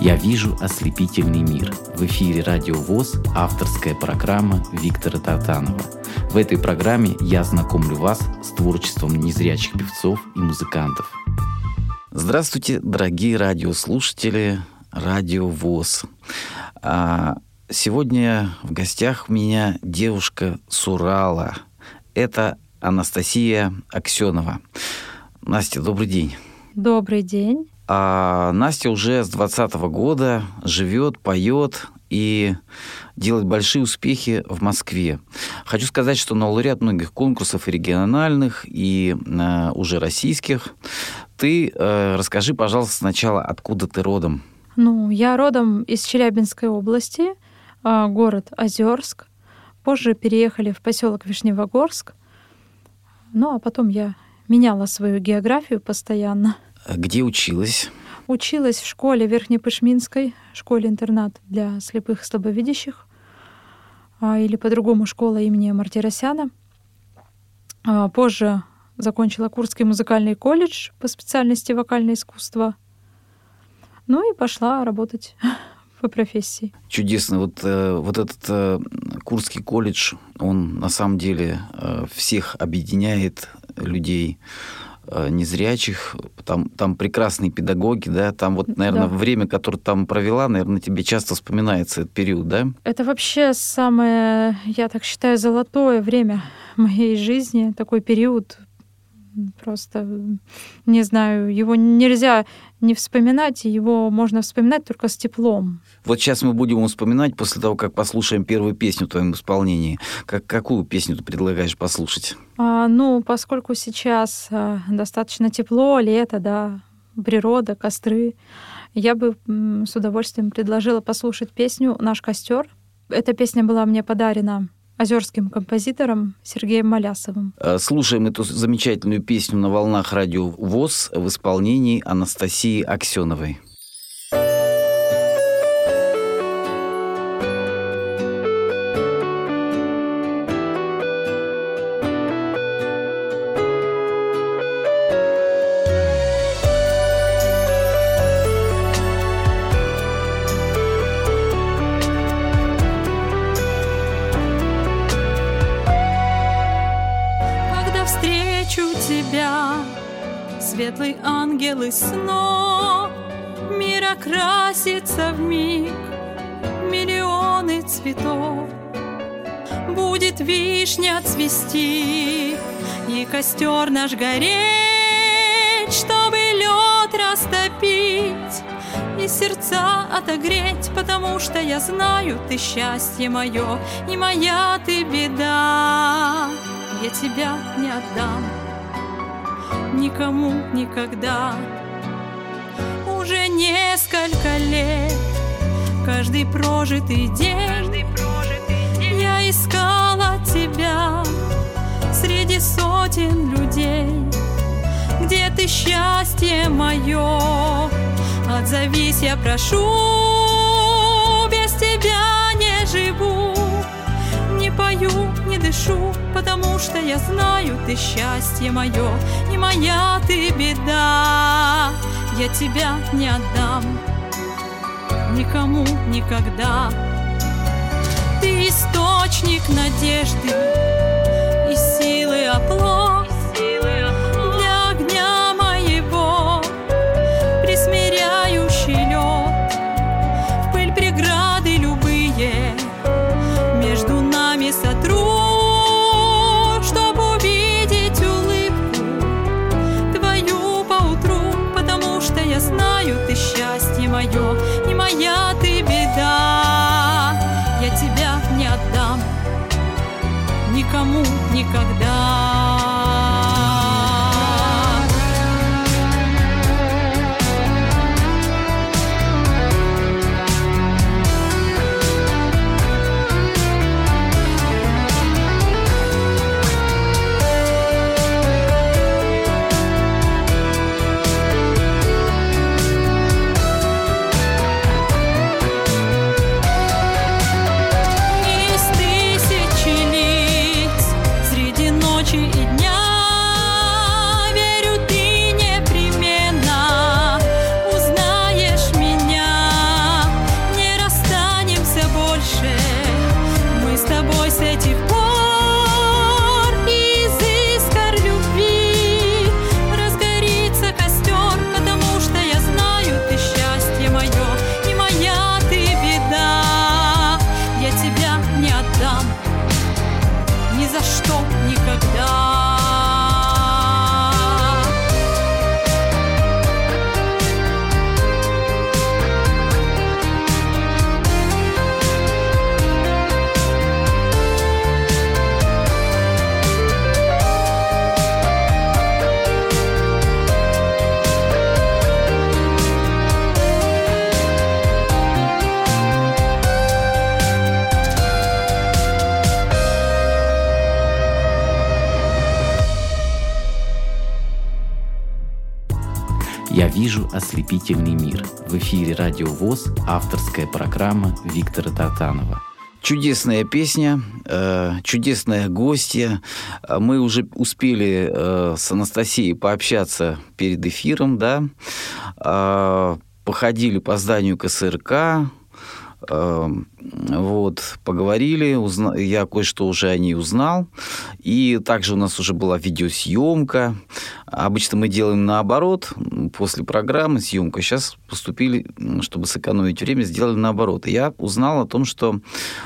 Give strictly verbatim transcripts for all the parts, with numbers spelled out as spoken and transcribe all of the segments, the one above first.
Я вижу ослепительный мир. В эфире Радио ВОС авторская программа Виктора Тартанова. В этой программе я знакомлю вас с творчеством незрячих певцов и музыкантов. Здравствуйте, дорогие радиослушатели Радио ВОС. А сегодня в гостях у меня девушка с Урала. Это Анастасия Аксенова. Настя, добрый день. Добрый день. А Настя уже с двадцатого года живет, поет и делает большие успехи в Москве. Хочу сказать, что она лауреат многих конкурсов и региональных, и э, уже российских. Ты э, расскажи, пожалуйста, сначала, откуда ты родом? Ну, я родом из Челябинской области, э, город Озерск. Позже переехали в поселок Вишневогорск. Ну, а потом я меняла свою географию постоянно. Где училась? Училась в школе Верхнепышминской, школе-интернат для слепых и слабовидящих, или по-другому школа имени Мартиросяна. Позже закончила Курский музыкальный колледж по специальности вокальное искусство. Ну и пошла работать по профессии. Чудесно. Вот, вот этот Курский колледж, он на самом деле всех объединяет, людей незрячих, там, там прекрасные педагоги, да, там вот, наверное, да. Время, которое там провела, наверное, тебе часто вспоминается этот период, да? Это вообще самое, я так считаю, золотое время моей жизни, такой период, просто, не знаю, его нельзя не вспоминать, его можно вспоминать только с теплом. Вот сейчас мы будем вспоминать после того, как послушаем первую песню в твоем исполнении. Как, какую песню ты предлагаешь послушать? А, ну, поскольку сейчас а, достаточно тепло, лето, да, природа, костры, я бы м, с удовольствием предложила послушать песню «Наш костер». Эта песня была мне подарена озерским композитором Сергеем Малясовым. Слушаем эту замечательную песню на волнах Радио ВОС в исполнении Анастасии Аксеновой. Светлый ангел из снов, мир окрасится вмиг, миллионы цветов. Будет вишня цвести, и костер наш гореть, чтобы лед растопить и сердца отогреть, потому что я знаю, ты счастье мое, и моя ты беда. Я тебя не отдам никому никогда. Уже несколько лет, каждый прожитый день, каждый прожитый день я искала тебя среди сотен людей. Где ты, счастье мое? Отзовись, я прошу, без тебя не живу, не пою, не дышу, потому что я знаю, ты счастье мое, и моя ты беда. Я тебя не отдам никому никогда. Ты источник надежды и силы оплот для огня моего, присмиряющий лед, в пыль преграды любые между нами сотру, чтобы увидеть улыбку твою поутру, потому что я знаю, ты счастье мое, и моя ты беда. Я тебя не отдам никому никогда. Из тысячи лиц среди ночи вижу ослепительный мир». В эфире Радио ВОС, авторская программа Виктора Тартанова. Чудесная песня, чудесная гостья. Мы уже успели с Анастасией пообщаться перед эфиром, да, походили по зданию ка эс эр ка, вот, поговорили, узна... я кое-что уже о ней узнал, и также у нас уже была видеосъемка. Обычно мы делаем наоборот, после программы съемка. Сейчас поступили, чтобы сэкономить время, сделали наоборот. И я узнал о том, что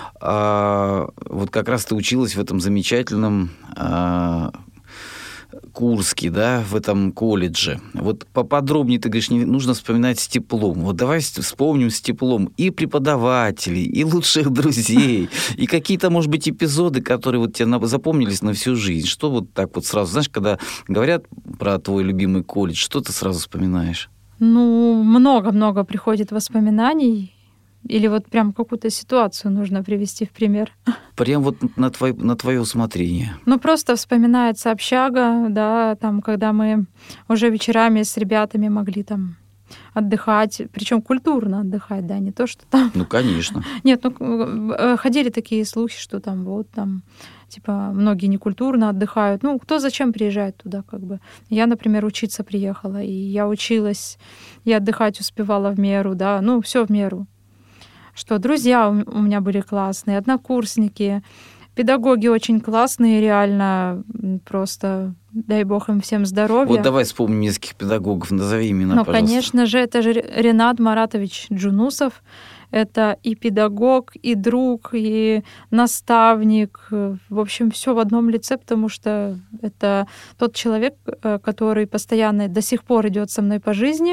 э, вот как раз ты училась в этом замечательном э, Курске, да, в этом колледже. Вот поподробнее, ты говоришь, не нужно вспоминать с теплом. Вот давай вспомним с теплом и преподавателей, и лучших друзей, и какие-то, может быть, эпизоды, которые вот тебе запомнились на всю жизнь. Что вот так вот сразу, знаешь, когда говорят про твой любимый колледж, что ты сразу вспоминаешь? Ну, много-много приходит воспоминаний. Или вот прям какую-то ситуацию нужно привести в пример? Прям вот на, твой, на твое усмотрение. Ну, просто вспоминается общага, да, там, когда мы уже вечерами с ребятами могли там отдыхать, причем культурно отдыхать, да, не то, что там... Ну, конечно. Нет, ну, ходили такие слухи, что там вот там, типа, многие некультурно отдыхают. Ну, кто зачем приезжает туда, как бы. Я, например, учиться приехала, и я училась, и отдыхать успевала в меру, да, ну, все в меру. Что друзья у меня были классные, однокурсники, педагоги очень классные, реально, просто дай бог им всем здоровья. Вот давай вспомним нескольких педагогов, назови имена, ну, пожалуйста. Конечно же, это же Ренат Маратович Джунусов. Это и педагог, и друг, и наставник. В общем, все в одном лице, потому что это тот человек, который постоянно до сих пор идет со мной по жизни.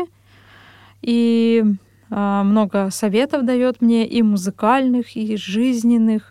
И много советов дает мне, и музыкальных, и жизненных,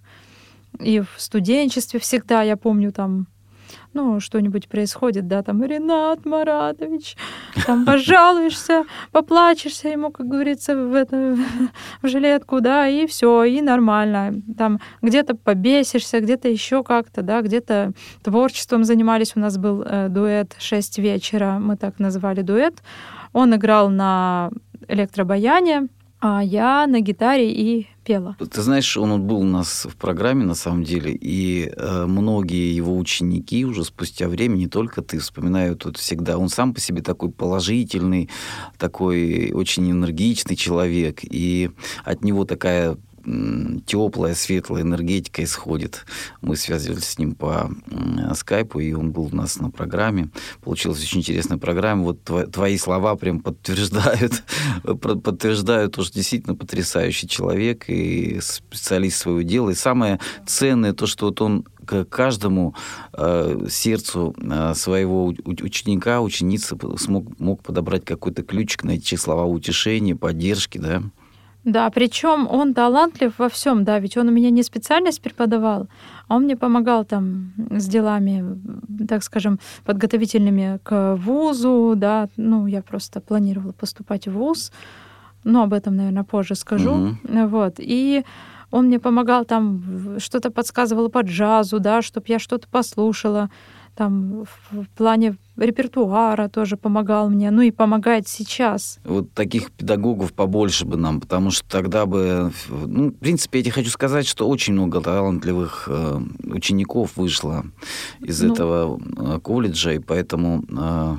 и в студенчестве всегда, я помню, там, ну, что-нибудь происходит, да, там, Ренат Маратович, там, пожалуешься, поплачешься ему, как говорится, в, это, в жилетку, да, и все, и нормально. Там где-то побесишься, где-то еще как-то, да, где-то творчеством занимались. У нас был э, дуэт «Шесть вечера», мы так назвали дуэт. Он играл на электробаяне, а я на гитаре и пела. Ты знаешь, он был у нас в программе, на самом деле, и э, многие его ученики уже спустя время, не только ты, вспоминают вот всегда. Он сам по себе такой положительный, такой очень энергичный человек, и от него такая теплая, светлая энергетика исходит. Мы связывались с ним по скайпу, и он был у нас на программе. Получилась очень интересная программа. Вот твои слова прям подтверждают, подтверждают то, что действительно потрясающий человек и специалист своего дела. И самое ценное то, что вот он к каждому э, сердцу э, своего ученика, ученицы смог, мог подобрать какой-то ключик, найти слова утешения, поддержки, да. Да, причем он талантлив во всем, да, ведь он у меня не специальность преподавал, а он мне помогал там с делами, так скажем, подготовительными к вузу, да, ну, я просто планировала поступать в вуз, но об этом, наверное, позже скажу, mm-hmm. вот, и он мне помогал там, что-то подсказывал по джазу, да, чтобы я что-то послушала, там в плане репертуара тоже помогал мне, ну и помогает сейчас. Вот таких педагогов побольше бы нам, потому что тогда бы... Ну, в принципе, я тебе хочу сказать, что очень много талантливых э, учеников вышло из ну... этого э, колледжа, и поэтому... Э,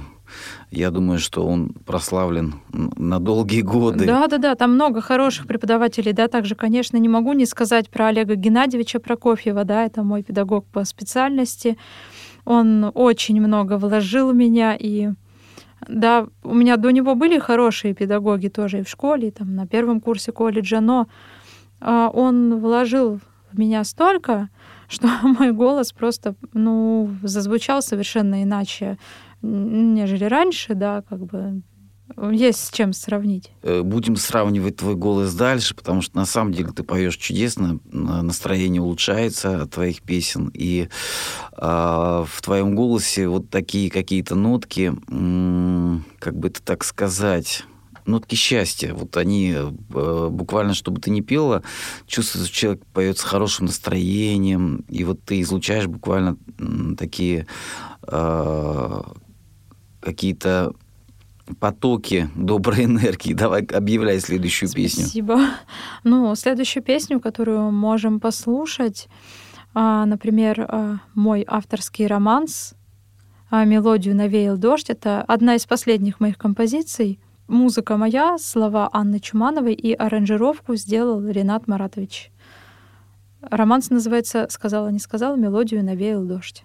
я думаю, что он прославлен на долгие годы. Да-да-да, там много хороших преподавателей. Да, также, конечно, не могу не сказать про Олега Геннадьевича Прокофьева. Да, это мой педагог по специальности. Он очень много вложил в меня. И да, у меня до него были хорошие педагоги тоже и в школе, и там на первом курсе колледжа. Но он вложил в меня столько, что мой голос просто, ну, зазвучал совершенно иначе, нежели раньше, да, как бы есть с чем сравнить. Будем сравнивать твой голос дальше, потому что на самом деле ты поешь чудесно, настроение улучшается от твоих песен, и э, в твоем голосе вот такие какие-то нотки, м- как бы это так сказать... нотки счастья. Вот они э, буквально, чтобы ты не пела, чувствуется, что человек поет с хорошим настроением, и вот ты излучаешь буквально м, такие э, какие-то потоки доброй энергии. Давай объявляй следующую песню. Спасибо. Ну, следующую песню, которую можем послушать, например, мой авторский романс, мелодию навеял дождь. Это одна из последних моих композиций. Музыка моя, слова Анны Чумановой и аранжировку сделал Ренат Маратович. Романс называется «Сказала, не сказала», мелодию навеял дождь.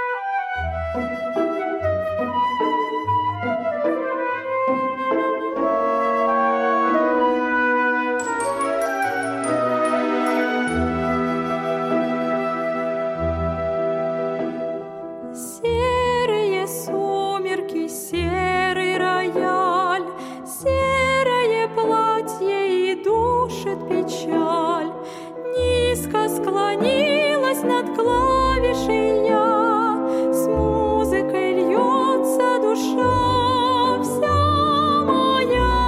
Склонилась над клавишей я, с музыкой льется душа вся моя.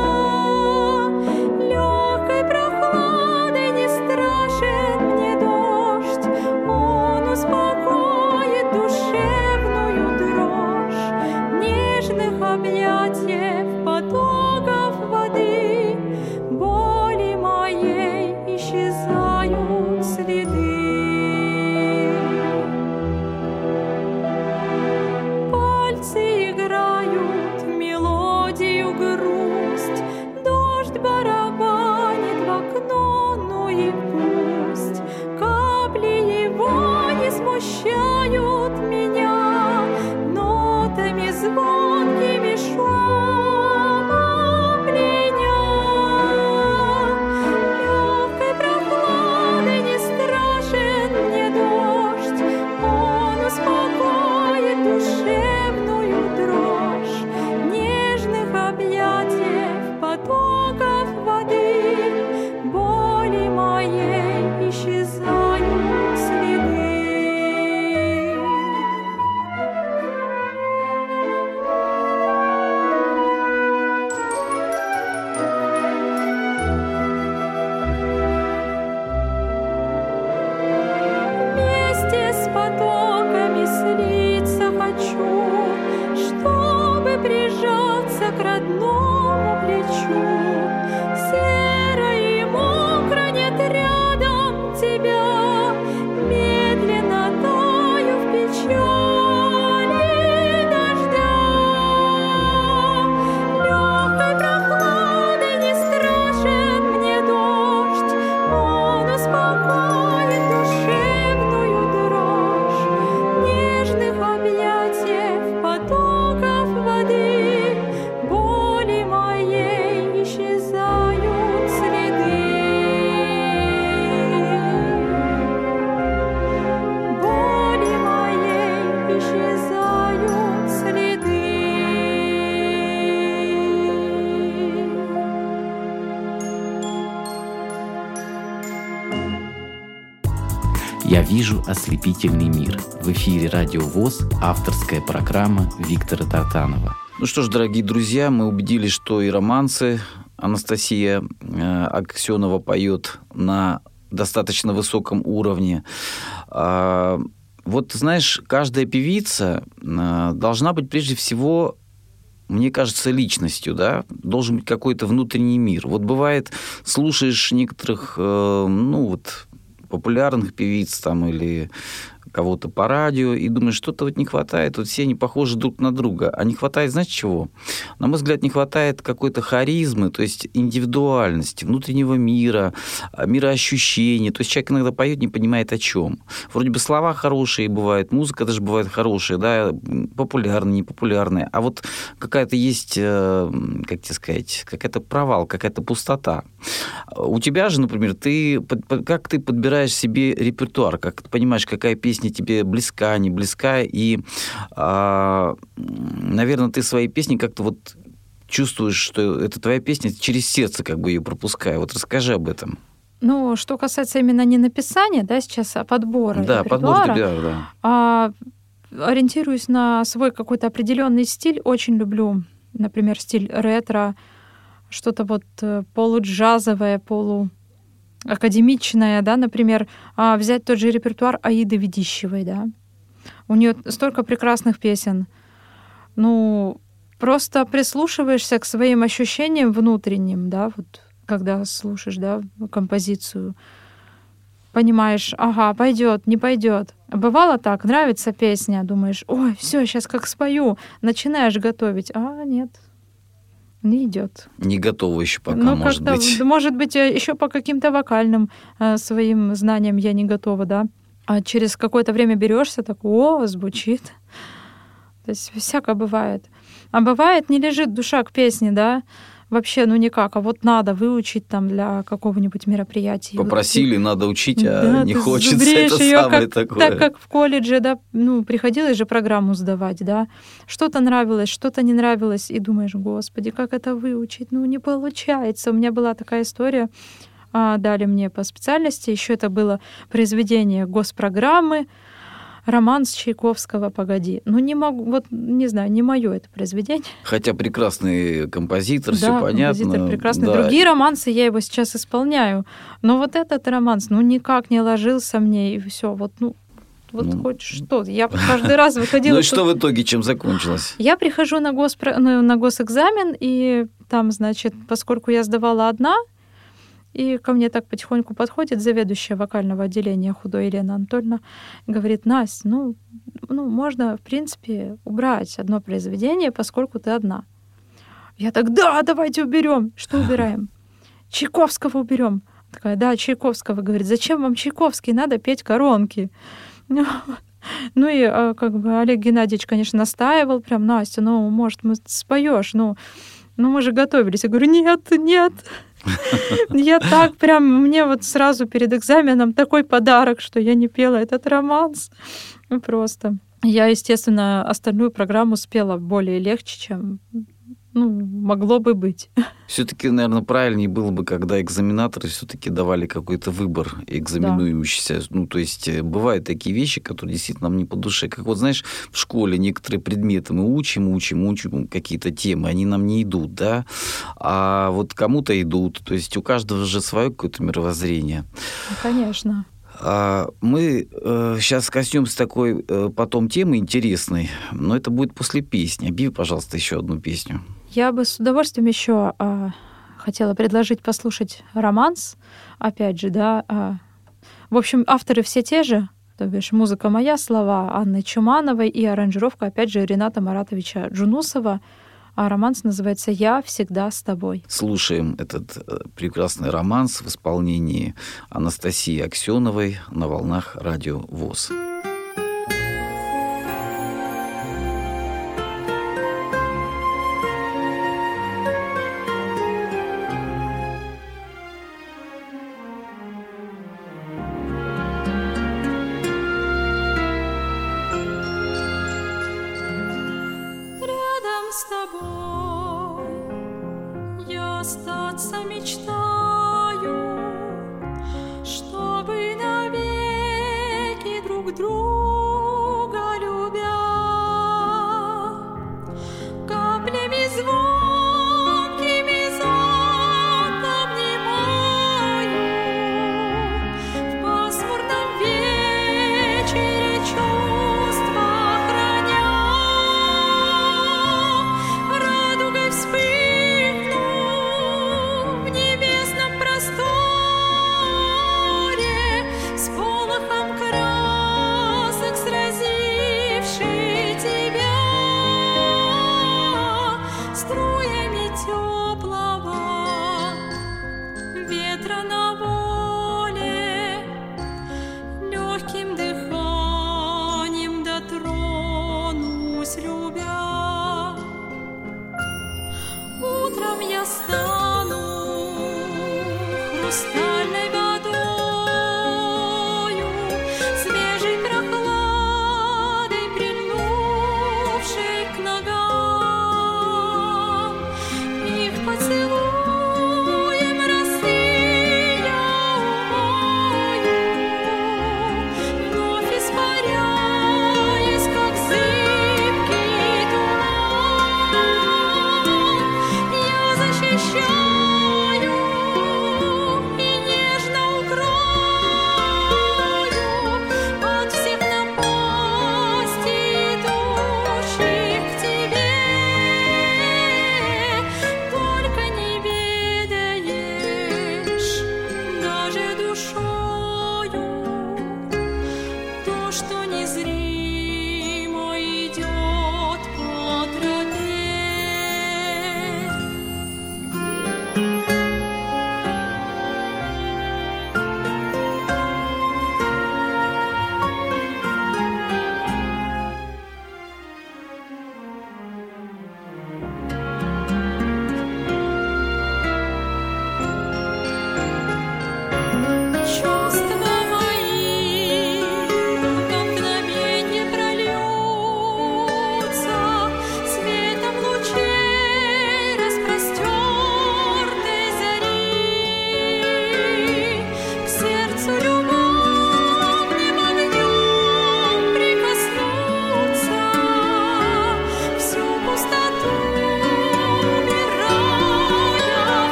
Легкой прохладой не страшен мне дождь, он успокоит душевную дрожь нежных объятий потоков воды. Боли моей исчезают следы. Пальцы играют мелодию грусть, дождь барабанит в окно, ну и пусть. Капли его не смущают меня нотами звонкими шумом пленя. Легкой прохладой не страшен мне дождь, он успокоит душевную дрожь нежных объятий потоков воды. Боли моей исчезают следы. Вместе с потоками слиться хочу, чтобы прижаться к родному плечу. Серо и мокро нет рядом тебя, медленно таю в печали дождя. Легкой прохладой не страшен мне дождь, он успокоит душевную дрожь нежных объятий потоков воды. Боли моей исчезают следы. Боли моей исчезают следы. «Я вижу ослепительный мир». В эфире Радио ВОС, авторская программа Виктора Тартанова. Ну что ж, дорогие друзья, мы убедились, что и романсы Анастасия э, Аксенова поет на достаточно высоком уровне. А, вот, знаешь, каждая певица э, должна быть прежде всего, мне кажется, личностью, да, должен быть какой-то внутренний мир. Вот бывает, слушаешь некоторых, э, ну вот, популярных певиц там или кого-то по радио, и думаешь, что-то вот не хватает, вот все они похожи друг на друга. А не хватает, знаете, чего? На мой взгляд, не хватает какой-то харизмы, то есть индивидуальности, внутреннего мира, мироощущения. То есть человек иногда поет, не понимает о чем. Вроде бы слова хорошие бывают, музыка даже бывает хорошая, да, популярная, непопулярная. А вот какая-то есть, как тебе сказать, какая-то провал, какая-то пустота. У тебя же, например, ты, как ты подбираешь себе репертуар, как ты понимаешь, какая песня тебе близка, не близка, и, а, наверное, ты свои песни как-то вот чувствуешь, что это твоя песня, через сердце как бы ее пропуская. Вот расскажи об этом. Ну, что касается именно не написания, да, сейчас, а подбора да, репертуара, подбор репертуара, да. а, ориентируюсь на свой какой-то определенный стиль. Очень люблю, например, стиль ретро, что-то вот полуджазовое, полуакадемичное, да, например, взять тот же репертуар Аиды Ведищевой, да. У нее столько прекрасных песен. Ну, просто прислушиваешься к своим ощущениям внутренним, да, вот когда слушаешь, да, композицию, понимаешь, ага, пойдет, не пойдет. Бывало так, нравится песня, думаешь, ой, все, сейчас как спою, начинаешь готовить, а нет, не идет. Не готова еще пока, ну, может как-то, быть. Может быть, еще по каким-то вокальным э, своим знаниям я не готова, да. А через какое-то время берешься, так, о, звучит. То есть всякое бывает. А бывает, не лежит душа к песне, да, вообще, ну никак, а вот надо выучить там для какого-нибудь мероприятия. Попросили, вот, надо учить, а да, не ты хочется, это самое как, такое. Так как в колледже, да, ну, приходилось же программу сдавать, да, что-то нравилось, что-то не нравилось, и думаешь, господи, как это выучить, ну, не получается. У меня была такая история, а, дали мне по специальности, еще это было произведение госпрограммы, романс Чайковского «Погоди». Ну, не могу, вот, не знаю, не мое это произведение. Хотя прекрасный композитор, да, все понятно. композитор прекрасный. Да. Другие романсы я его сейчас исполняю. Но вот этот романс, ну, никак не ложился мне, и все. Вот, ну, вот ну, хоть что. Я каждый раз выходила... Ну и что в итоге, чем закончилось? Я прихожу на, госпро... ну, на госэкзамен, и там, значит, поскольку я сдавала одна, и ко мне так потихоньку подходит заведующая вокального отделения худой Елена Анатольевна, говорит, Настя, ну, ну, можно, в принципе, убрать одно произведение, поскольку ты одна. Я так, да, давайте уберем. Что убираем? Чайковского уберем. Такая, да, Чайковского. Говорит, зачем вам Чайковский? Надо петь коронки. Ну и как бы Олег Геннадьевич, конечно, настаивал, прям, Настя, ну, может, мы споешь, ну, ну, мы же готовились. Я говорю, нет, нет. Я так прям, мне вот сразу перед экзаменом такой подарок, что я не пела этот романс. Просто. Я, естественно, остальную программу спела более легче, чем, ну, могло бы быть. Все-таки, наверное, правильнее было бы, когда экзаменаторы все-таки давали какой-то выбор экзаменующийся. Да. Ну, то есть бывают такие вещи, которые действительно нам не по душе. Как вот, знаешь, в школе некоторые предметы мы учим, учим, учим какие-то темы, они нам не идут, да, а вот кому-то идут. То есть у каждого же свое какое-то мировоззрение. Конечно. Мы сейчас коснемся такой потом темы интересной, но это будет после песни. Объяви, пожалуйста, еще одну песню. Я бы с удовольствием еще а, хотела предложить послушать романс, опять же, да. А, в общем, авторы все те же, то бишь музыка моя, слова Анны Чумановой и аранжировка, опять же, Рената Маратовича Джунусова. А романс называется «Я всегда с тобой». Слушаем этот прекрасный романс в исполнении Анастасии Аксеновой на волнах Радио ВОС. С тобой я остаться мечтаю, чтобы навеки друг друга любя, каплями звонкими зонт обнимаю, в пасмурном вечере чувства храня. Вспыхну в небесном просторе, с полохом красок сразивший тебя, струями теплого ветра на воле, легким дыханием дотронусь, любя. Утром я стану хрустальной водою, свежей прохладой прильнувшей к ногам. Их поцелуем росы я умою, вновь испаряясь, как зыбкий туман. Защищаю и нежно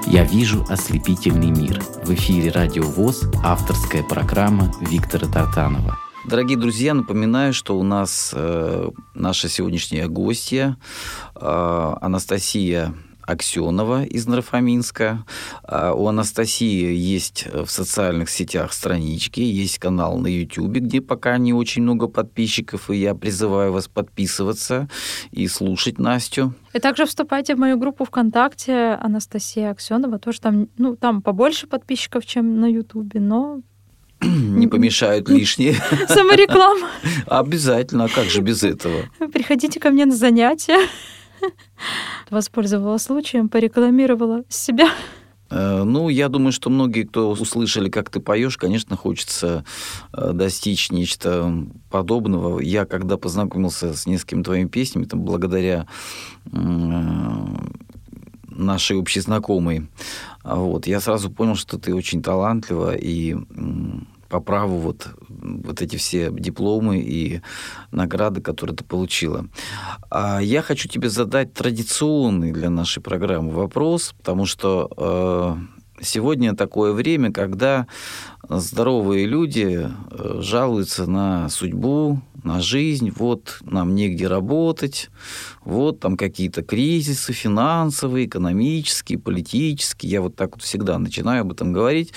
«Я вижу ослепительный мир». В эфире Радио ВОС, авторская программа Виктора Тартанова. Дорогие друзья, напоминаю, что у нас э, наша сегодняшняя гостья э, Анастасия Аксенова из Нарфаминска. У Анастасии есть в социальных сетях странички, есть канал на Ютубе, где пока не очень много подписчиков, и я призываю вас подписываться и слушать Настю. И также вступайте в мою группу ВКонтакте Анастасия Аксенова. Тоже там, ну, там побольше подписчиков, чем на Ютубе, но... Не помешают лишние. Самореклама. Обязательно, а как же без этого? Приходите ко мне на занятия. Воспользовалась случаем, порекламировала себя. Ну, я думаю, что многие, кто услышали, как ты поешь, конечно, хочется достичь нечто подобного. Я, когда познакомился с несколькими твоими песнями, там, благодаря нашей общей знакомой, вот, я сразу понял, что ты очень талантлива, и по праву вот, вот эти все дипломы и награды, которые ты получила. А я хочу тебе задать традиционный для нашей программы вопрос, потому что э, сегодня такое время, когда здоровые люди жалуются на судьбу, на жизнь, вот нам негде работать, вот там какие-то кризисы финансовые, экономические, политические. Я вот так вот всегда начинаю об этом говорить.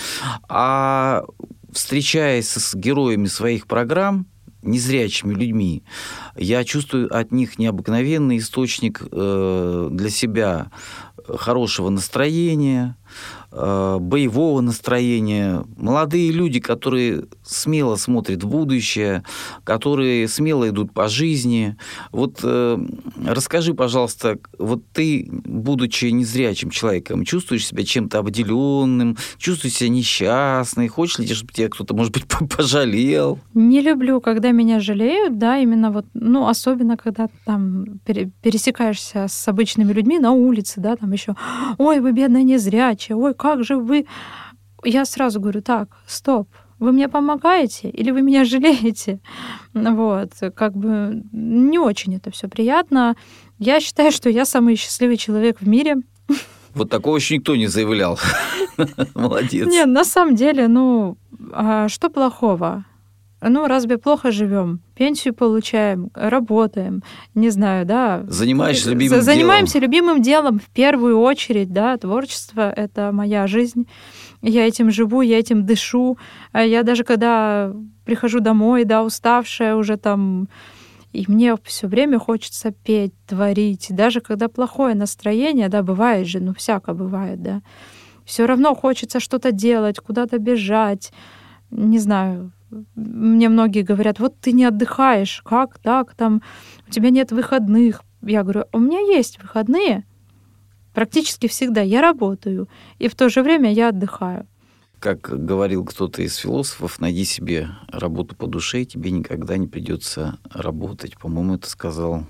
А встречаясь с героями своих программ, незрячими людьми, я чувствую от них необыкновенный источник э, для себя хорошего настроения, э, боевого настроения. Молодые люди, которые смело смотрят в будущее, которые смело идут по жизни. Вот э, расскажи, пожалуйста, вот ты, будучи незрячим человеком, чувствуешь себя чем-то обделенным, чувствуешь себя несчастной, хочешь ли, чтобы тебя кто-то, может быть, пожалел? Не люблю, когда меня жалеют, да, именно вот, ну, особенно, когда там пересекаешься с обычными людьми на улице, да, там еще, ой, вы бедная незрячая, ой, как же вы... Я сразу говорю, так, стоп, вы мне помогаете или вы меня жалеете? Вот, как бы не очень это все приятно. Я считаю, что я самый счастливый человек в мире. Вот такого еще никто не заявлял. Молодец. Нет, на самом деле, ну, а что плохого? Ну, разве плохо живем? Пенсию получаем, работаем, не знаю, да. Занимаешься любимым делом. Занимаемся любимым делом в первую очередь, да. Творчество — это моя жизнь. Я этим живу, я этим дышу. Я даже когда прихожу домой, да, уставшая уже там, и мне все время хочется петь, творить. Даже когда плохое настроение, да, бывает же, ну, всяко бывает, да. Все равно хочется что-то делать, куда-то бежать, не знаю. Мне многие говорят, вот ты не отдыхаешь, как так, там, у тебя нет выходных. Я говорю, у меня есть выходные, практически всегда я работаю, и в то же время я отдыхаю. Как говорил кто-то из философов, найди себе работу по душе, и тебе никогда не придется работать. По-моему, это сказал...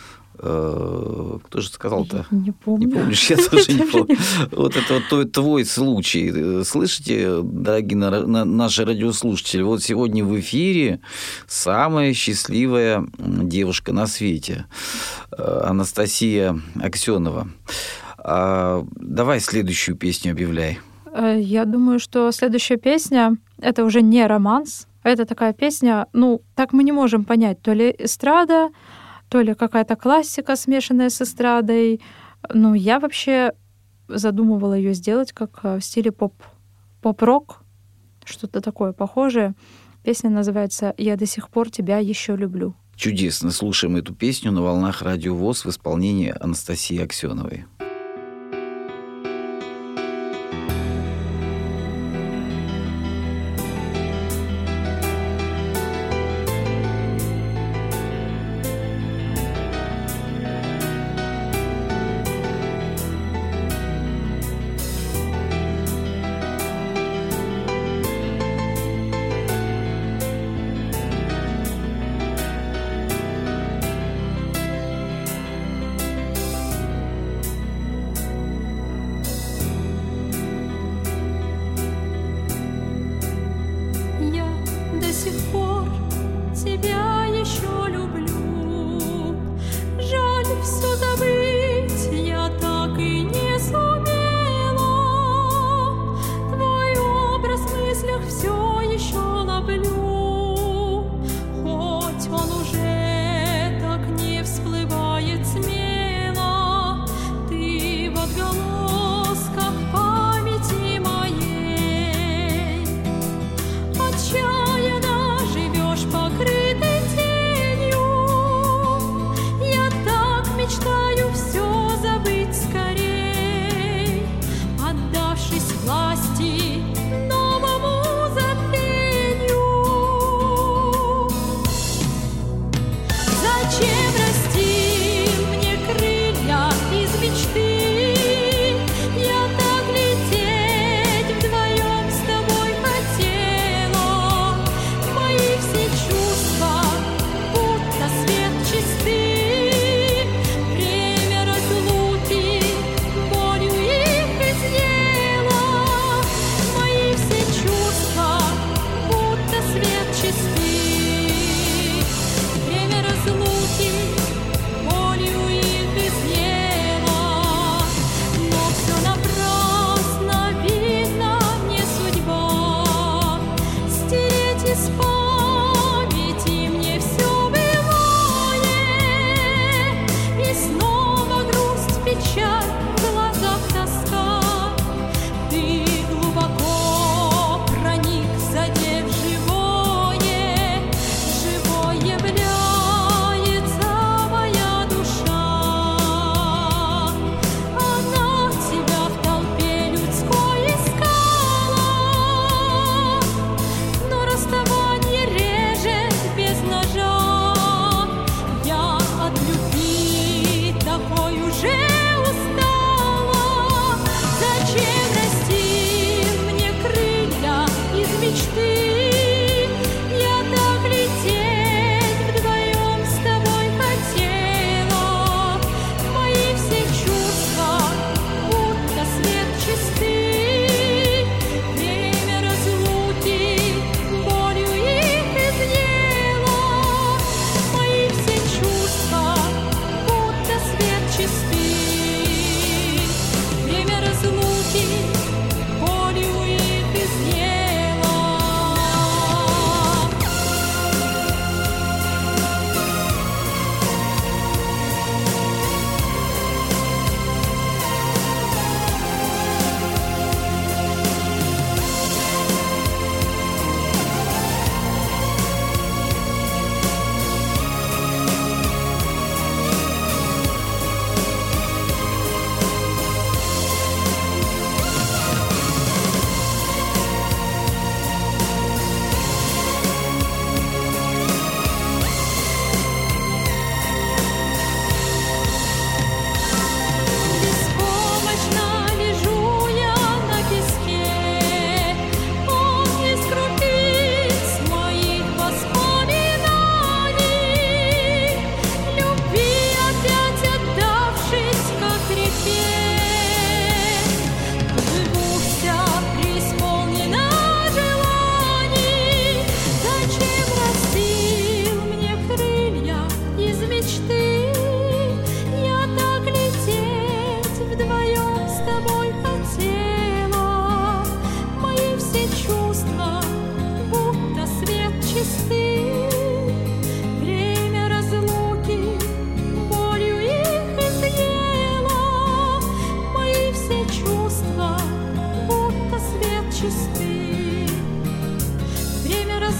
Кто же сказал-то? Не помню. Не помнишь? Я тоже не помню. Вот это вот твой случай. Слышите, дорогие наши радиослушатели, вот сегодня в эфире самая счастливая девушка на свете, Анастасия Аксенова. Давай следующую песню объявляй. Я думаю, что следующая песня — это уже не романс. Это такая песня, ну, так мы не можем понять, то ли эстрада, то ли какая-то классика, смешанная с эстрадой. Ну, я вообще задумывала ее сделать как в стиле поп, поп-рок, что-то такое похожее. Песня называется «Я до сих пор тебя еще люблю». Чудесно. Слушаем эту песню на волнах Радио ВОС в исполнении Анастасии Аксеновой. Жаль, все забыть я так и не сумела.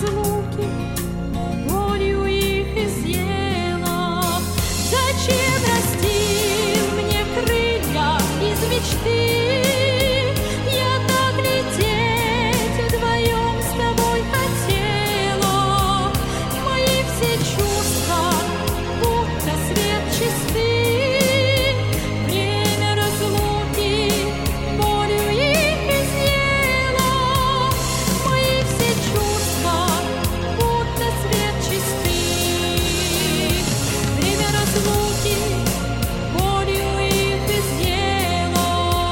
разлуки болью их изъела. Зачем растил мне крылья из мечты? Я так лететь вдвоем с тобой хотела. Мои все чувства будто свет чистый. Время разлуки болью их изъела. Мои все чувства будто свет чистый. Время разлуки болью их изъела.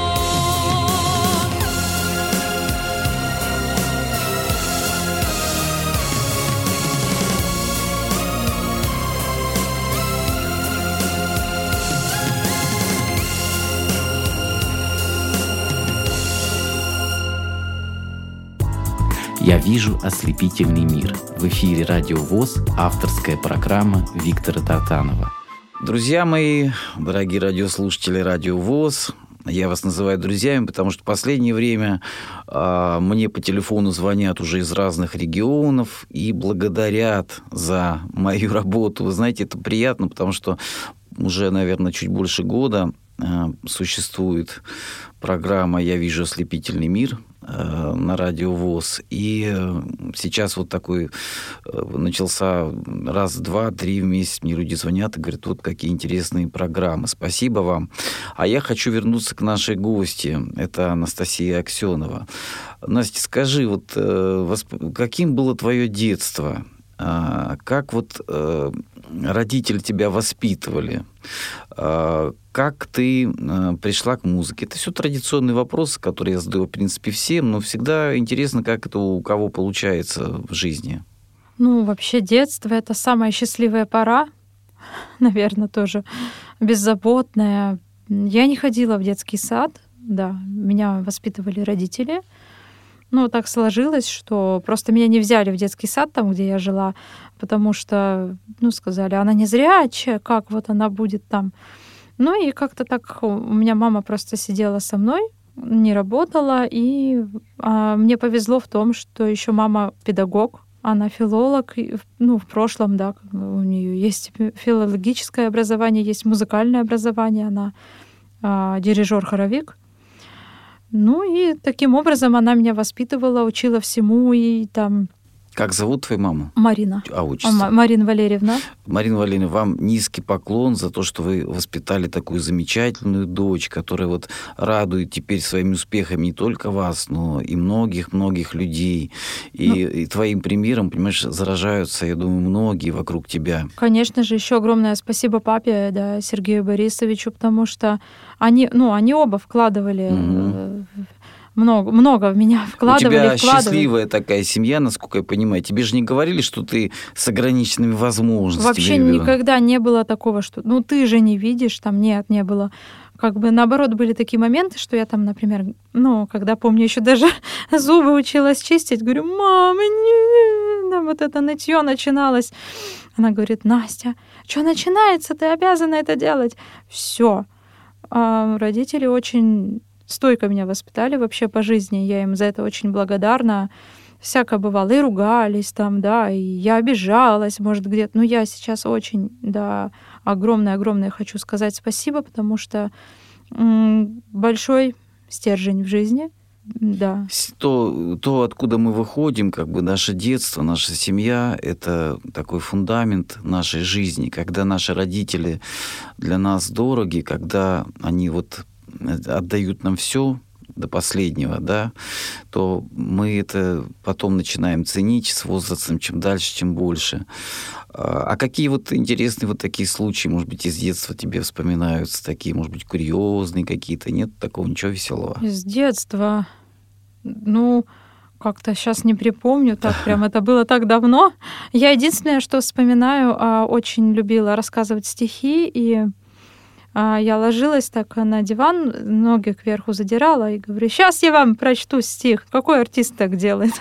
«Я вижу ослепительный мир». В эфире Радио ВОС, авторская программа Виктора Тартанова. Друзья мои, дорогие радиослушатели Радио ВОС, я вас называю друзьями, потому что в последнее время а, мне по телефону звонят уже из разных регионов и благодарят за мою работу. Вы знаете, это приятно, потому что уже, наверное, чуть больше года а, существует программа «Я вижу ослепительный мир» на Радио ВОС. И сейчас вот такой начался раз, два, три в месяц. Мне люди звонят и говорят, вот какие интересные программы. Спасибо вам. А я хочу вернуться к нашей гости. Это Анастасия Аксенова. Настя, скажи, вот каким было твое детство? Как вот родители тебя воспитывали? Как ты пришла к музыке? Это все традиционные вопросы, которые я задаю, в принципе, всем, но всегда интересно, как это у кого получается в жизни. Ну, вообще детство — это самая счастливая пора, наверное, тоже беззаботная. Я не ходила в детский сад, да, меня воспитывали родители. Ну, так сложилось, что просто меня не взяли в детский сад, там, где я жила, потому что, ну, сказали, она незрячая, как вот она будет там. Ну, и как-то так у меня мама просто сидела со мной, не работала, и а, мне повезло в том, что еще мама педагог, она филолог, и, ну, в прошлом, да, у нее есть филологическое образование, есть музыкальное образование, она а, дирижер-хоровик. Ну и таким образом она меня воспитывала, учила всему, и там... Как зовут твою маму? Марина. А, отчество? М- Марина Валерьевна. Марина Валерьевна, вам низкий поклон за то, что вы воспитали такую замечательную дочь, которая вот радует теперь своими успехами не только вас, но и многих-многих людей. И, ну, и твоим примером, понимаешь, заражаются, я думаю, многие вокруг тебя. Конечно же, еще огромное спасибо папе, да, Сергею Борисовичу, потому что они, ну, они оба вкладывали... Mm-hmm. Много, много в меня вкладывали. У тебя вкладывали. Счастливая такая семья, насколько я понимаю. Тебе же не говорили, что ты с ограниченными возможностями? Вообще никогда не было такого, что ну ты же не видишь, там нет, не было. Как бы наоборот были такие моменты, что я там, например, ну, когда, помню, еще даже зубы училась чистить, говорю, мама, не, да, вот это нытье начиналось. Она говорит, Настя, что начинается, ты обязана это делать. Все. А родители очень... стойко меня воспитали вообще по жизни, я им за это очень благодарна. Всяко бывало, и ругались там, да, и я обижалась, может, где-то. Но я сейчас очень, да, огромное-огромное хочу сказать спасибо, потому что м- большой стержень в жизни, да. То, то, откуда мы выходим, как бы наше детство, наша семья, это такой фундамент нашей жизни, когда наши родители для нас дороги, когда они вот отдают нам все до последнего, да, то мы это потом начинаем ценить с возрастом, чем дальше, чем больше. А какие вот интересные вот такие случаи, может быть, из детства тебе вспоминаются, такие, может быть, курьезные какие-то? Нет такого, ничего веселого? Из детства, ну, как-то сейчас не припомню, так прям это было так давно. Я единственное, что вспоминаю, очень любила рассказывать стихи, и я ложилась так на диван, ноги кверху задирала и говорю, сейчас я вам прочту стих. Какой артист так делает?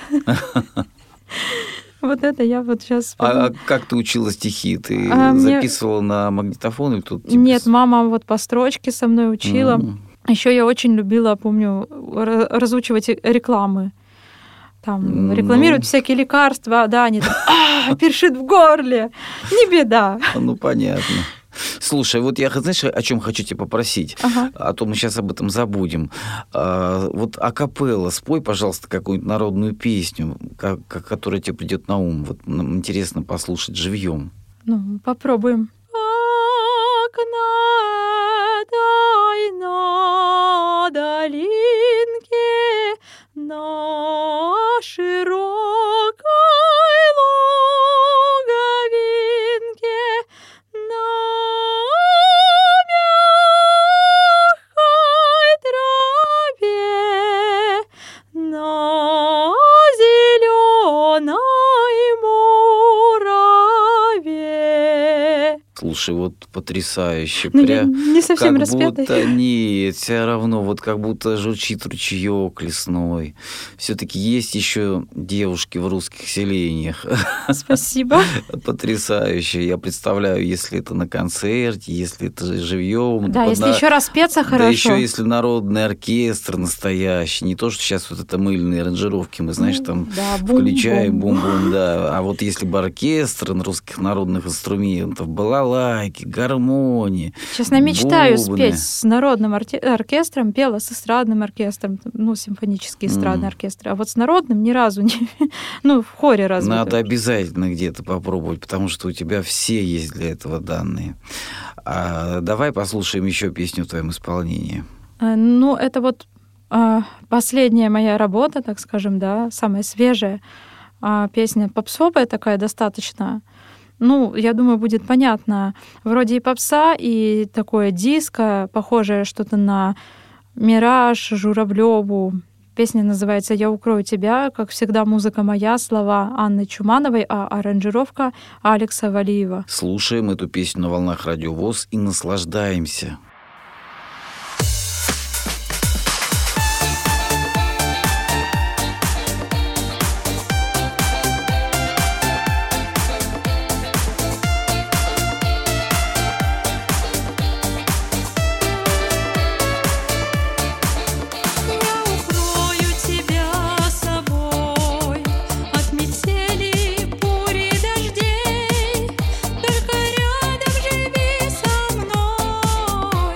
Вот это я вот сейчас... А как ты учила стихи? Ты записывала на магнитофон или тут? Нет, мама вот по строчке со мной учила. Еще я очень любила, помню, разучивать рекламы. Там Ну. рекламируют всякие лекарства, да, они там, а, першит в горле, не беда. Ну, понятно. Слушай, вот я, знаешь, о чем хочу тебя попросить? Ага. А то мы сейчас об этом забудем. А, вот акапелла, спой, пожалуйста, какую-нибудь народную песню, ка- ка- которая тебе придет на ум. Вот нам интересно послушать живьем. Ну, попробуем. Как на этой на долинке, на широкой луговинке, на мягкой траве, на зеленой мураве. Слушай, вот потрясающе. Ну, я Прям не совсем как распетый. будто нет, все равно, вот как будто журчит ручеек лесной. Все-таки есть еще девушки в русских селениях. Спасибо. Потрясающе. Я представляю, если это на концерте, если это живьем. Да, если еще распеться Да хорошо. еще если народный оркестр настоящий. Не то, что сейчас вот это мыльные аранжировки, мы, знаешь, там Да, бум-бум. включаем бум-бум, да. А вот если бы оркестр на русских народных инструментов, балалайки, гармонии, Честно, мечтаю бубны. спеть с народным орке- оркестром, пела с эстрадным оркестром, ну, симфонический эстрадный М. оркестр. А вот с народным ни разу не... Ну, в хоре разве Надо только. обязательно где-то попробовать, потому что у тебя все есть для этого данные. А давай послушаем еще песню в твоем исполнении. Э, Ну, это вот а, последняя моя работа, так скажем, да, самая свежая. А, Песня попсовая такая достаточно. Ну, я думаю, будет понятно. Вроде и попса, и такое диско, похожее что-то на «Мираж», Журавлеву. Песня называется «Я укрою тебя». Как всегда, музыка моя, слова Анны Чумановой, а аранжировка Алекса Валиева. Слушаем эту песню на волнах Радио ВОС и наслаждаемся. Я укрою тебя собой от метели, бури, дождей. Только рядом живи со мной.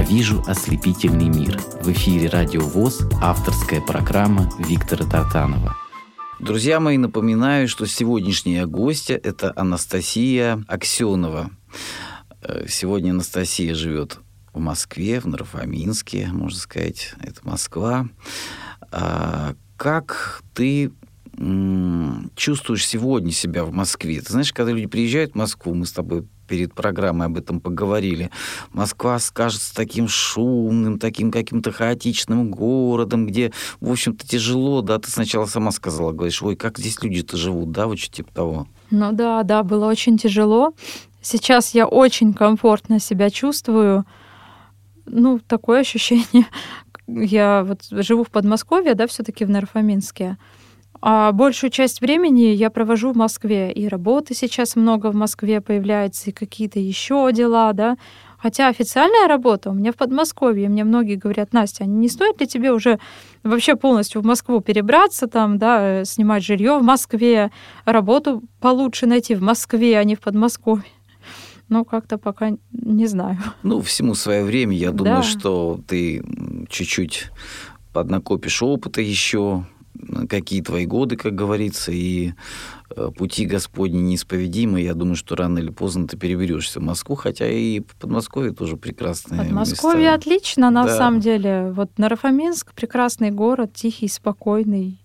вижу ослепительный мир». В эфире Радио ВОС, авторская программа Виктора Тартанова. Друзья мои, напоминаю, что сегодняшняя гостья – это Анастасия Аксенова. Сегодня Анастасия живет в Москве, в Нарфаминске, можно сказать, это Москва. Как ты чувствуешь сегодня себя в Москве? Ты знаешь, когда люди приезжают в Москву, мы с тобой перед программой об этом поговорили, Москва кажется таким шумным, таким каким-то хаотичным городом, где, в общем-то, тяжело, да, ты сначала сама сказала, говоришь, ой, как здесь люди-то живут, да, вот что типа того. Ну да, да, было очень тяжело. Сейчас я очень комфортно себя чувствую. Ну, такое ощущение. Я вот живу в Подмосковье, да, все-таки в Нарфаминске. А большую часть времени я провожу в Москве. И работы сейчас много в Москве появляется, и какие-то еще дела, да. Хотя официальная работа у меня в Подмосковье. Мне многие говорят, Настя, не стоит ли тебе уже вообще полностью в Москву перебраться, там, да, снимать жилье в Москве, работу получше найти в Москве, а не в Подмосковье? Ну, как-то пока не знаю. Ну, всему свое время. Я думаю, Да. что ты чуть-чуть поднакопишь опыта еще, какие твои годы, как говорится, и пути Господни неисповедимы. Я думаю, что рано или поздно ты переберешься в Москву, хотя и в Подмосковье тоже прекрасные Подмосковье места. отлично, на Да. самом деле. Вот Нарфаминск — прекрасный город, тихий, спокойный.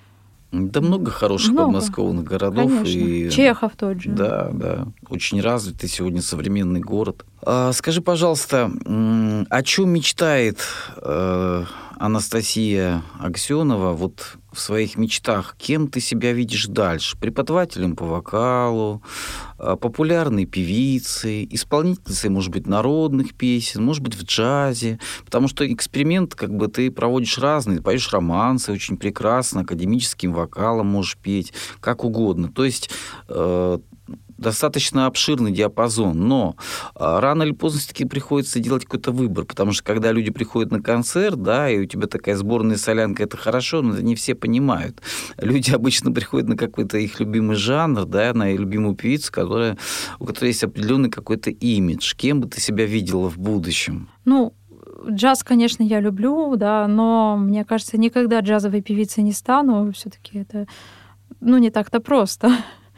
Да много хороших Много, подмосковных городов. Конечно. И... Чехов тот же. Да, да. Очень развитый сегодня современный город. А, скажи, пожалуйста, м, о чем мечтает э, Анастасия Аксенова вот в своих мечтах? Кем ты себя видишь дальше? Преподавателем по вокалу, э, популярной певицей, исполнительницей, может быть, народных песен, может быть, в джазе? Потому что эксперимент как бы ты проводишь разные. Поешь романсы очень прекрасно, академическим вокалом можешь петь, как угодно. То есть... Э, достаточно обширный диапазон, но а, рано или поздно все-таки приходится делать какой-то выбор, потому что когда люди приходят на концерт, да, и у тебя такая сборная солянка, это хорошо, но это не все понимают. Люди обычно приходят на какой-то их любимый жанр, да, на любимую певицу, которая, у которой есть определенный какой-то имидж. Кем бы ты себя видела в будущем? Ну, джаз, конечно, я люблю, да, но мне кажется, никогда джазовой певицей не стану. Все-таки это, ну, не так-то просто.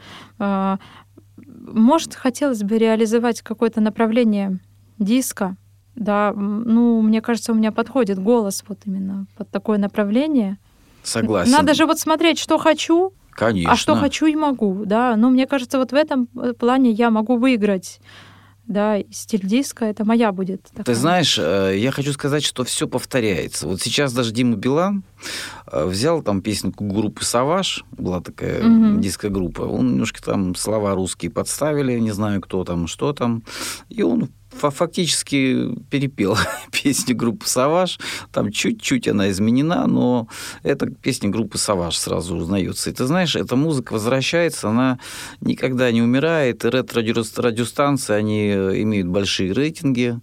Может, хотелось бы реализовать какое-то направление диска, да, ну, мне кажется, у меня подходит голос вот именно под такое направление. Согласен. Надо же вот смотреть, что хочу, Конечно. а что хочу и могу, да. Но мне кажется, вот в этом плане я могу выиграть. Да, стиль диска — это моя будет такая. Ты знаешь, я хочу сказать, что все повторяется. Вот сейчас даже Дима Билан взял там песню группы «Саваж», была такая Мгм. диско-группа, он немножко там слова русские подставили, не знаю, кто там, что там, и он фа- фактически перепел песню группы «Саваж», там чуть-чуть она изменена, но это песня группы «Саваж» сразу узнается. И ты знаешь, эта музыка возвращается, она никогда не умирает, и ретро-радиостанции, они имеют большие рейтинги,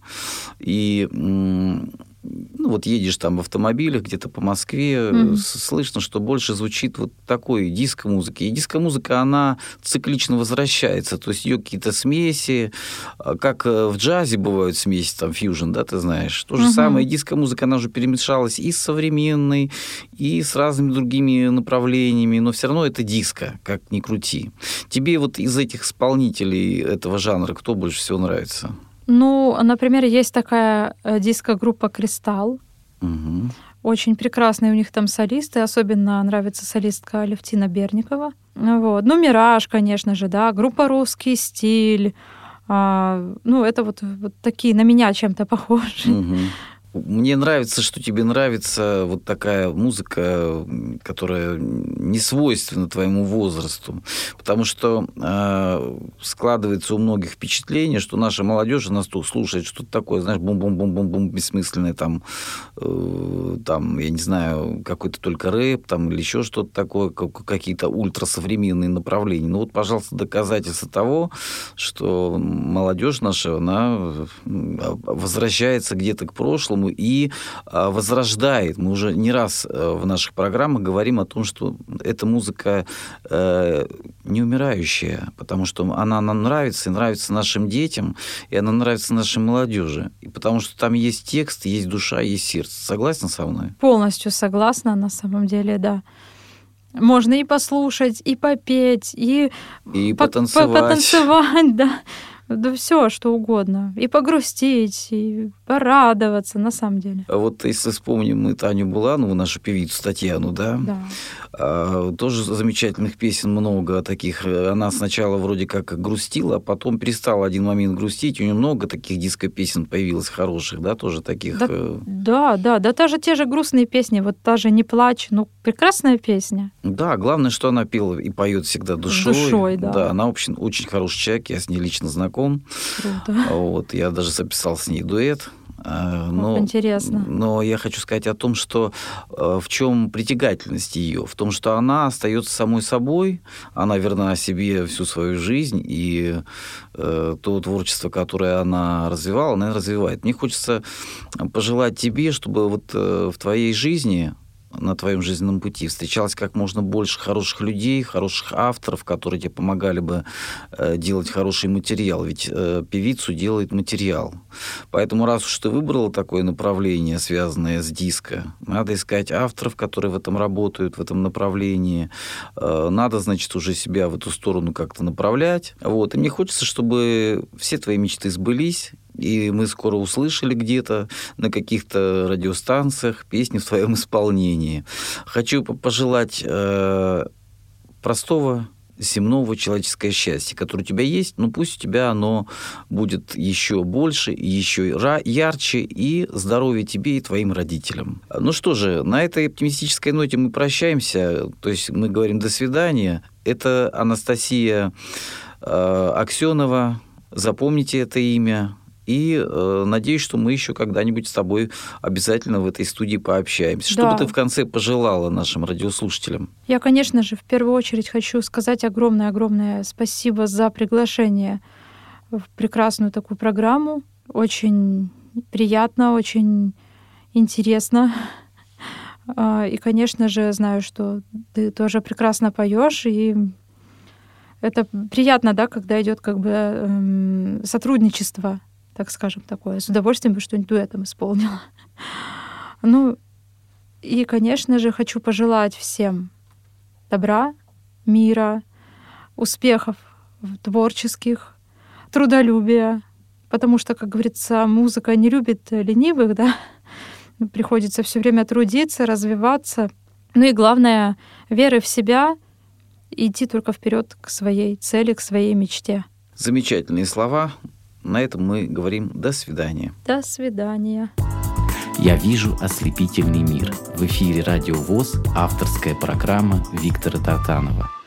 и м, ну, вот едешь там в автомобилях где-то по Москве, Мгм. с- слышно, что больше звучит вот такой диско-музыки. И диско-музыка, она циклично возвращается, то есть ее какие-то смеси, а, как э, в джазе бывают смеси, там, фьюжн, да, ты знаешь. То же Мгм. самое, диско-музыка, она уже перемешалась и с современной, и с разными другими направлениями, но все равно это диско, как ни крути. Тебе вот из этих исполнителей этого жанра кто больше всего нравится? Ну, например, есть такая э, диско-группа «Кристалл». Мгм. Очень прекрасные у них там солисты. Особенно нравится солистка Алевтина Берникова. Вот. Ну, «Мираж», конечно же, да. Группа «Русский стиль». А, ну, это вот, вот такие на меня чем-то похожи. Мгм. Мне нравится, что тебе нравится вот такая музыка, которая не свойственна твоему возрасту, потому что э, складывается у многих впечатление, что наша молодежь, она слушает что-то такое, знаешь, бум-бум-бум-бум-бум, бессмысленное, там, э, там, я не знаю, какой-то только рэп, там, или еще что-то такое, как, какие-то ультрасовременные направления. Ну вот, пожалуйста, доказательство того, что молодежь наша, она возвращается где-то к прошлому, по-разному и возрождает. Мы уже не раз в наших программах говорим о том, что эта музыка не умирающая, потому что она нам нравится и нравится нашим детям, и она нравится нашей молодежи. И потому что там есть текст, есть душа, есть сердце. Согласна со мной? Полностью согласна, на самом деле, да. Можно и послушать, и попеть, и, и по- потанцевать. потанцевать, да. Да все, что угодно. И погрустить, и порадоваться, на самом деле. А вот если вспомним мы Таню Буланову, нашу певицу Татьяну, да? Да. А, тоже замечательных песен много таких. Она сначала вроде как грустила, а потом перестала один момент грустить. У нее много таких диско-песен появилось хороших, да, тоже таких. Да, да, да, да, даже те же грустные песни, вот та же «Не плачь», ну, прекрасная песня. Да, главное, что она пела и поет всегда душой. С душой, да. Да, она, в общем, очень хороший человек, я с ней лично знаком. Круто. Вот, я даже записал с ней дуэт. Но, Ох, интересно. Но я хочу сказать о том, что в чем притягательность ее, в том, что она остается самой собой, она верна себе всю свою жизнь, и э, то творчество, которое она развивала, она развивает. Мне хочется пожелать тебе, чтобы вот э, в твоей жизни, на твоем жизненном пути встречалось как можно больше хороших людей, хороших авторов, которые тебе помогали бы э, делать хороший материал. Ведь э, певицу делает материал. Поэтому раз уж ты выбрала такое направление, связанное с диско, надо искать авторов, которые в этом работают, в этом направлении. Э, надо, значит, уже себя в эту сторону как-то направлять. Вот. И мне хочется, чтобы все твои мечты сбылись, и мы скоро услышали где-то на каких-то радиостанциях песни в твоем исполнении. Хочу пожелать э, простого, земного человеческое счастье, которое у тебя есть, но пусть у тебя оно будет еще больше, еще ярче, и здоровья тебе и твоим родителям. Ну что же, на этой оптимистической ноте мы прощаемся, то есть мы говорим «до свидания». Это Анастасия э, Аксенова, запомните это имя. И э, надеюсь, что мы еще когда-нибудь с тобой обязательно в этой студии пообщаемся. Да. Что бы ты в конце пожелала нашим радиослушателям? Я, конечно же, в первую очередь хочу сказать огромное-огромное спасибо за приглашение в прекрасную такую программу. Очень приятно, очень интересно. И, конечно же, знаю, что ты тоже прекрасно поешь, и это приятно, да, когда идет как бы эм, сотрудничество, так скажем, такое. С удовольствием бы что-нибудь дуэтом исполнила. Ну, и, конечно же, хочу пожелать всем добра, мира, успехов творческих, трудолюбия, потому что, как говорится, музыка не любит ленивых, да, приходится все время трудиться, развиваться. Ну и главное, веры в себя, идти только вперед к своей цели, к своей мечте. Замечательные слова. На этом мы говорим «до свидания». До свидания. «Я вижу ослепительный мир». В эфире Радио ВОС, авторская программа Виктора Тартанова.